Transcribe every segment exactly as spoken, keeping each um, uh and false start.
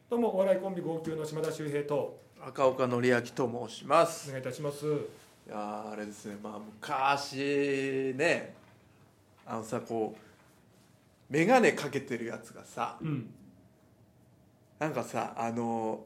どうもお笑いコンビ号泣の島田秀平と赤岡典明と申しまおす。 願いいたします。 いやーあれですね、まあ昔ね、あのさ、こう眼鏡かけてるやつがさ、 うん、 なんかさ、あの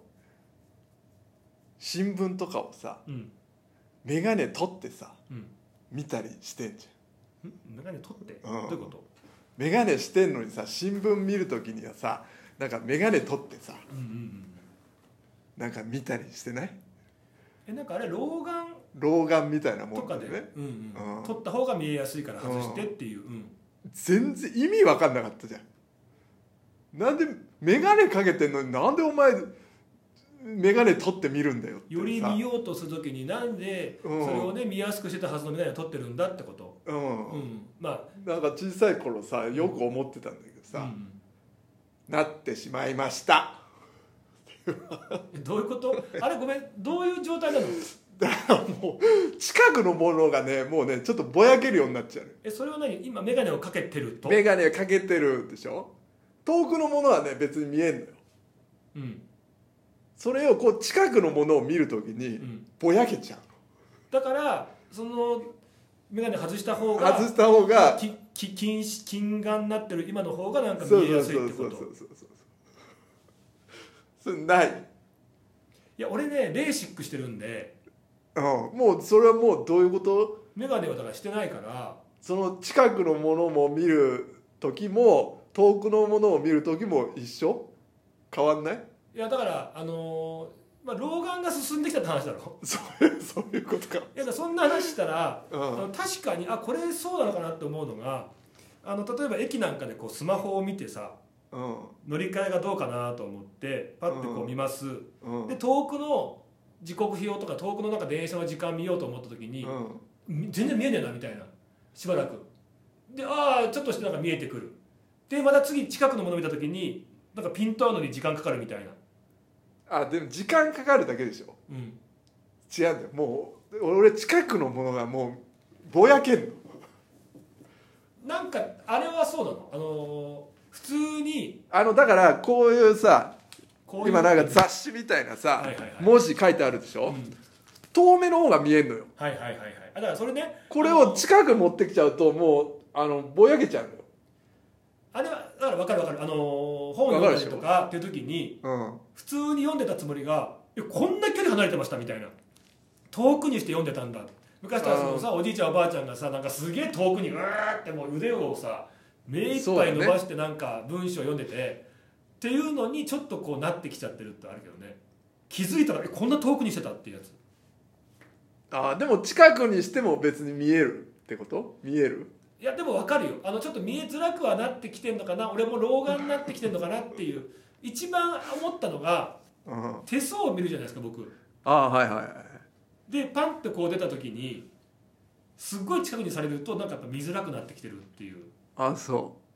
新聞とかをさ、 うん、 眼鏡取ってさうん。 見たりしてんじん眼鏡取って、 ゃん、うん、 どういうこと？ 眼鏡してんのにさ、新聞見るときにはさ、なんか眼鏡取ってさ、 うんうんうん。 なんか見たりしてない？ え、なんかあれ老眼老眼みたいなもとかで、 んだよね。 うんうんうん取った方が見えやすいから外してっていう。うん、 全然意味わかんなかったじゃん。なんで眼鏡かけてんのになんでお前眼鏡取って見るんだよってさ、 より見ようとするときになんでそうんれをね見やすくしてたはずの眼鏡を取ってるんだってこと。 うん、 うん、まあ、 なんか小さい頃さよく思ってたんだけどさ、 うん、 なってしまいました。 えどういうこと？あれごめん、どういう状態なの？ だからもう近くのものがねもうねちょっとぼやけるようになっちゃう。 え、それは何？今眼鏡をかけてると？ 眼鏡かけてるでしょ。遠くのものはね別に見えんのよ。 うん、 それをこう近くのものを見るときにうんぼやけちゃうだからその眼鏡外した方の。 が外した方がきき近視近眼になってる今の方がなんかそう見えそうそうそうやすいってこと。 そうそうそうそれない。 いや俺ねレーシックしてるんでうん、もうそれはもうどういうこと？ 眼鏡はだからしてないから。 その近くのものも見る時も遠くのものを見る時も一緒？変わんない？ いやだからあのーまあ、老眼が進んできたって話だろ。 そういうそういうことか。 いやだからそんな話したら、 うんあの確かにあこれそうなのかなって思うのが、あの例えば駅なんかでこうスマホを見てさうん乗り換えがどうかなと思ってパッてこう見ます、 うんで遠くの時刻表とか遠くのなんか電車の時間見ようと思った時に、 うん全然見えねえなみたいな、しばらくでああちょっとしてなんか見えてくるでまた次近くのもの見た時になんかピント合うのに時間かかるみたいな。 あでも時間かかるだけでしょ。 うん、 違うんだよ。もう俺近くのものがもうぼやけんの。 なんかあれはそうなの、あのー普通にあのだからこういうさこういう今なんか雑誌みたいなさ、 はいはいはい文字書いてあるでしょ、 うん、 遠目の方が見えんのよ。 はいはいはいはい。あだからそれねこれを近く持ってきちゃうともうあのぼやけちゃうのよ。 あれはだから分かる分かる、あのー本を読んだりとかっていう時にうん普通に読んでたつもりがいやこんな距離離れてましたみたいな、遠くにして読んでたんだ。昔からそのさおじいちゃんおばあちゃんがさなんかすげえ遠くにうわーってもう腕をさ目いっぱい伸ばしてなんか文章を読んでて、っていうのにちょっとこうなってきちゃってるってあるけどね。気づいたらえこんな遠くにしてたっていうやつ。 あでも近くにしても別に見えるってこと？見える？ いやでも分かるよ、あのちょっと見えづらくはなってきてんのかな、俺も老眼になってきてんのかなっていう。一番思ったのがうん手相を見るじゃないですか僕あはいはいはいで。パンってこう出た時にすっごい近くにされるとなんかやっぱ見づらくなってきてるっていう。 あそう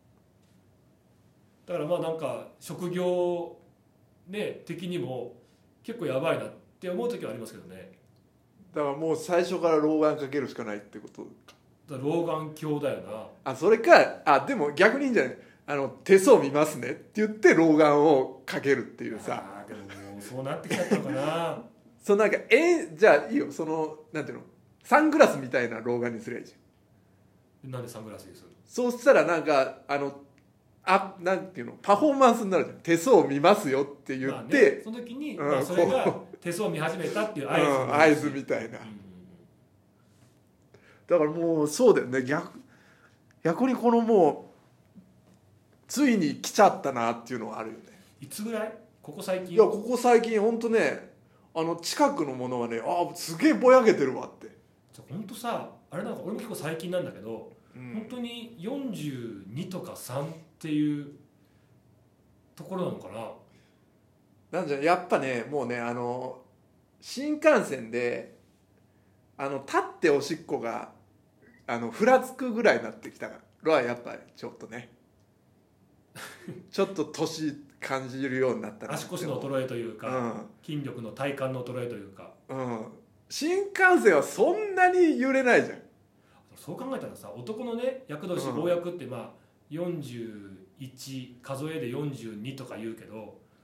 だからまあなんか職業ね的にも結構やばいなって思う時はありますけどね。 だからもう最初から老眼かけるしかないってことか。 だから老眼鏡だよな。 あそれかあでも逆にいいんじゃない？あの手相見ますねって言って老眼をかけるっていうさ。 あでももうそうなってきちゃったのかなそのなんかえじゃあいいよ、そのなんていうのサングラスみたいな老眼にすりゃいいじゃん。 なんでサングラスにする？ そうしたらなんかあのあなんていうのパフォーマンスになるじゃん。手相見ますよって言まあね、 って、 その時に、 うんまあ、それがこ手相見始めたっていう合図、 うん、合図みたいな。だからもうそうだよね。逆逆にこのもうついに来ちゃったなっていうのはあるよね。 いつぐらい？ここ最近？ いやここ最近ほんとね、あの近くのものはねあすげえぼやけてるわって。 本当さあれなんか俺も結構最近なんだけど、うん、本当によんじゅうにとかさんっていうところなのかな。 なんじゃやっぱねもうねあの新幹線であの立っておしっこがあのふらつくぐらいになってきたのはやっぱりちょっとねちょっと年感じるようになったな。 足腰の衰えというか、うん、筋力の体幹の衰えというか、 うん、新幹線はそんなに揺れないじゃん。 そう考えたらさ男のね厄年暴厄ってまあよんじゅういち数えでよんじゅうにとか言うけど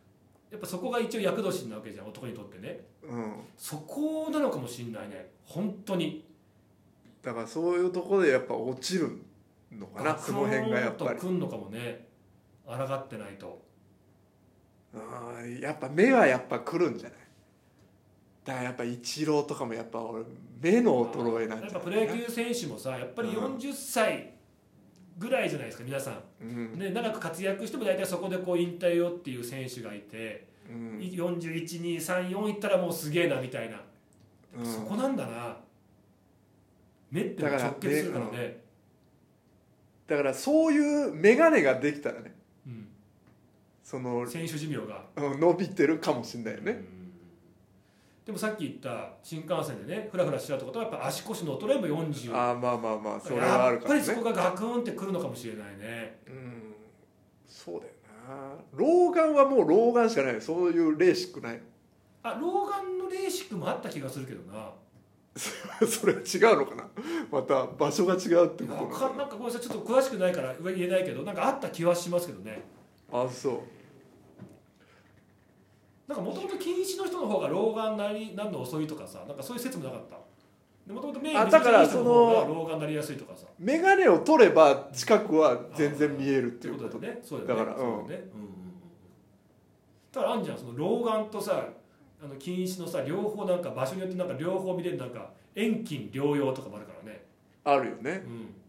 やっぱそこが一応厄年なわけじゃん、男にとってね。 うん、 そこなのかもしんないね、本当に。 だからそういうところでやっぱ落ちるのかな、その辺がやっぱり。 くんのかもね、抗ってないと。 あやっぱ目はやっぱ来るんじゃない。だからやっぱイチローとかもやっぱ俺目の衰えなんじゃない。 やっぱプロ野球選手もさ、やっぱりよんじゅっさいぐらいじゃないですか、皆さん、 うんね、長く活躍しても大体そこでこう引退よっていう選手がいて、 うん、 よんじゅういち、に、さん、よんいったらもうすげえなみたいな、 うん、 そこなんだな。目ってのは直結するからね。 だからそういう眼鏡ができたらね、 うん、 その選手寿命が伸びてるかもしれないよね、うん、 でもさっき言った新幹線でねフラフラしちゃうってことはやっぱ足腰の衰えもよんじゅう。 ああまあまあまあそれはあるからね。 やっぱりそこがガクンってくるのかもしれないね。 うんそうだよな。老眼はもう老眼しかない。そういうレーシックない。 あ老眼のレーシックもあった気がするけどな。 それは違うのかな、また場所が違うってことなのかな。 なんかごめんなさいちょっと詳しくないから言えないけど、なんかあった気はしますけどね。 あそうなんかもともと近視の人の方が老眼なりなんの遅いとかさ、なんかそういう説もなかった。もともと目が短い人の方が老眼になりやすいとかさ。 眼鏡を取れば近くは全然見えるっていうことね。そうだから、 だから、うん、だからあんじゃん、その老眼とさあの近視のさ両方なんか場所によってなんか両方見れるなんか遠近療養とかもあるからね。 あるよね。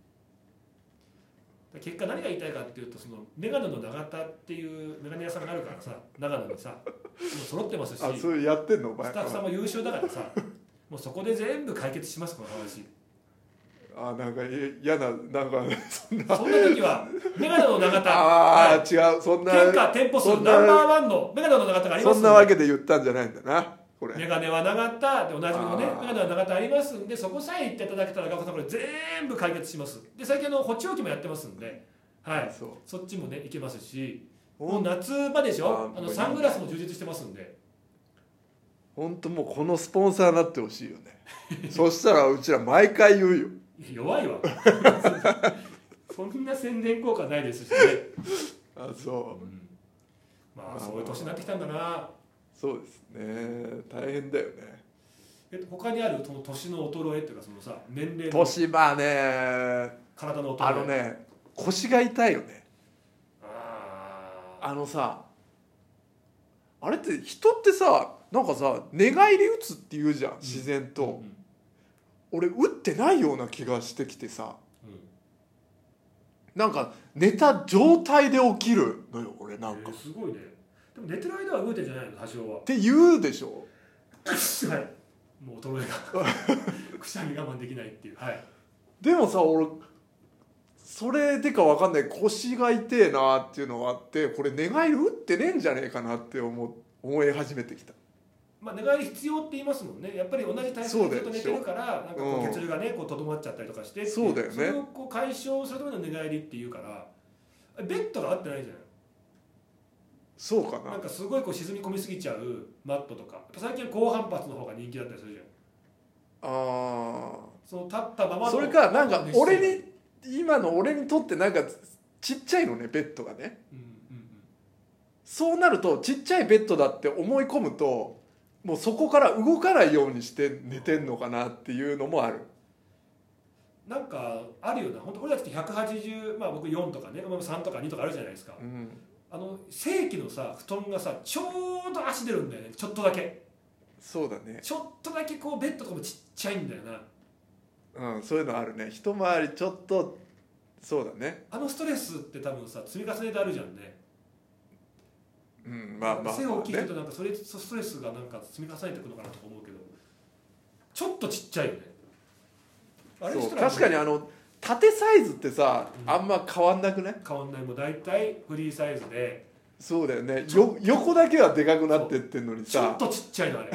うん。結果何が言いたいかっていうと、そのメガネの永田っていうメガネ屋さんがあるからさ、長野にさもう揃ってますし、 あそうやってんのお前。 スタッフさんも優秀だからさもうそこで全部解決しますこの話。 あなんか嫌ななんかそんなそんな時はメガネの永田ああ、はい、違うそんな県下店舗数ナンバーワンのメガネの永田がありますんで、 そんなわけで言ったんじゃないんだなこれ。 メガネは永田でおなじみのねメガネは永田ありますんで、そこさえ行っていただけたらガコさんこれ全部解決します。で最近の補聴器もやってますんで、はい、そ, そっちもね行けますし、もう夏場でしょ、あのサングラスも充実してますんで。 本当もうこのスポンサーになってほしいよねそしたらうちら毎回言うよ。 弱いわそんな宣伝効果ないですしね。 あそう、うん、 まあそういう年になってきたんだな。 そうですね大変だよね。 え他にあるその年の衰えっていうか、そのさ年齢の年まあね体の衰え、 あのね腰が痛いよね。 ああのさあれって人ってさなんかさ寝返り打つって言うじゃん自然と、うんうんうん、俺打ってないような気がしてきてさ、うん、なんか寝た状態で起きるのよ俺なんか、 えー、すごいね。でも寝てる間は動いてんじゃないの多少はって言うでしょはいもう衰えがくしゃみ我慢できないっていう、はい、 でもさ俺それでか分かんない腰が痛えなっていうのがあって、これ寝返り打ってねえんじゃねえかなって思思い始めてきた。 まあ、寝返り必要って言いますもんね。やっぱり同じ体勢でずっと寝てるからなんかこう血流がねこうとどまっちゃったりとかして、 そうだよね、 それをこう解消するための寝返りっていうから、ベッドが合ってないじゃない。 そうかな。 なんかすごいこう沈み込みすぎちゃうマットとか最近は高反発の方が人気だったりするじゃん。 ああその立ったままのそれかなんか俺に今の俺にとってなんかちっちゃいのねベッドがね、うんうんうん、そうなるとちっちゃいベッドだって思い込むともうそこから動かないようにして寝てんのかなっていうのもある。 なんかあるよな本当俺たちってひゃくはちじゅう、まあ僕よんとかねさんとかにとかあるじゃないですか、うん、あの正規のさ布団がさちょうど足出るんだよね、ちょっとだけ。 そうだね、 ちょっとだけこうベッドとかもちっちゃいんだよな。 うん、そういうのあるね。一回りちょっとそうだね。 あのストレスって多分さ積み重ねてあるじゃんね。 うん、まあまあ、まあ、 背が大きい人となんかそれストレスがなんか積み重ねていくのかなと思うけど、ちょっとちっちゃいよね。 あれそう確かにあの縦サイズってさ、うん、あんま変わんなくない？ 変わんない。もう大体フリーサイズで。 そうだよね。よ横だけはでかくなってってんのにさちょっとちっちゃいのあれ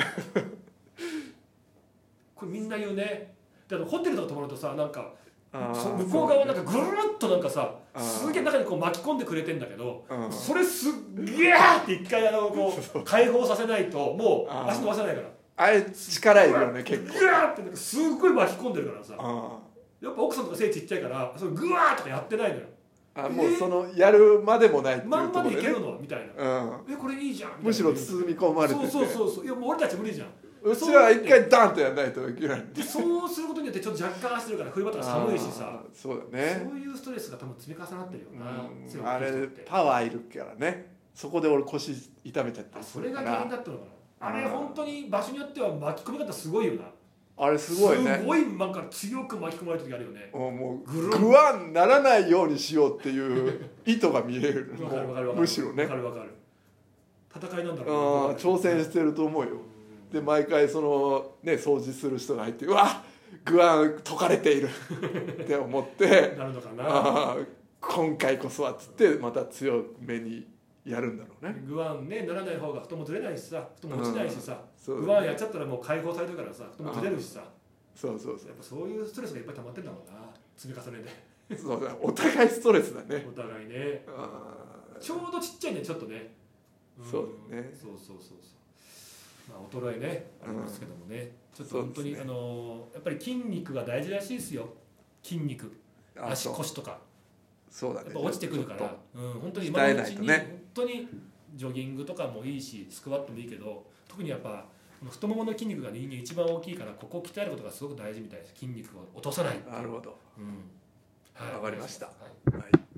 これみんな言うね。でホテルとか泊まるとさなんか向こう側なんかぐるっとなんかさすげえ中にこう巻き込んでくれてんだけど、それすっげーって一回あのこう解放させないともう足伸ばせないから。 あれ力いるよね結構。 グワーってなんかすっごい巻き込んでるからさ。やっぱ奥さんとか背ちっちゃいからそれグワーとかやってないのよ。 あもうそのやるまでもないっていうとまんまころでねでいけるのみたいな、 うんえこれいいじゃんみたいなむしろ包み込まれててそうそうそうそういやもう俺たち無理じゃんうちは一回ダンとやらないといけないでそうすることによってちょっと若干してるから冬場とか寒いしさあーそうだねそういうストレスが多分積み重なってるよな、 うん強いあれ人ってパワーいるからねそこで俺腰痛めちゃったりすそれがるから原因だったのかなあれ本当に場所によっては巻き込み方すごいよなあれすごいねすごいなんか強く巻き込まれる時あるよねもうもうぐるんグワンならないようにしようっていう意図が見えるわかるわかるわかるむしろねわかるわかる戦いなんだうろうねん挑戦してると思うよで毎回そのね掃除する人が入ってうわグワン解かれているって思ってなるのかなあー今回こそはっつってまた強めにやるんだろうねグワンねならない方が太もずれないしさ太も落ちないしさ、 そうグワンやっちゃったらもう解放されてるからさ太もずれるしさそうそうそやっぱそういうストレスがいっぱい溜まってんだろうな積み重ねでうそうだお互いストレスだねお互いねあーちょうどちっちゃいねちょっとね、んそうだねそうそうそうそうまあ衰えねありますけどもね、ちょっと本当に、 そうですねあのやっぱり筋肉が大事らしいですよ筋肉足あそう腰とかそうだねやっぱ落ちてくるからちょっうん、本当に鍛今のうちに、 えないとね本当にジョギングとかもいいしスクワットもいいけど特にやっぱこの太ももの筋肉が人間一番大きいからここを鍛えることがすごく大事みたいです筋肉を落とさない、 となるほどうんはい、 わかりましたはいはい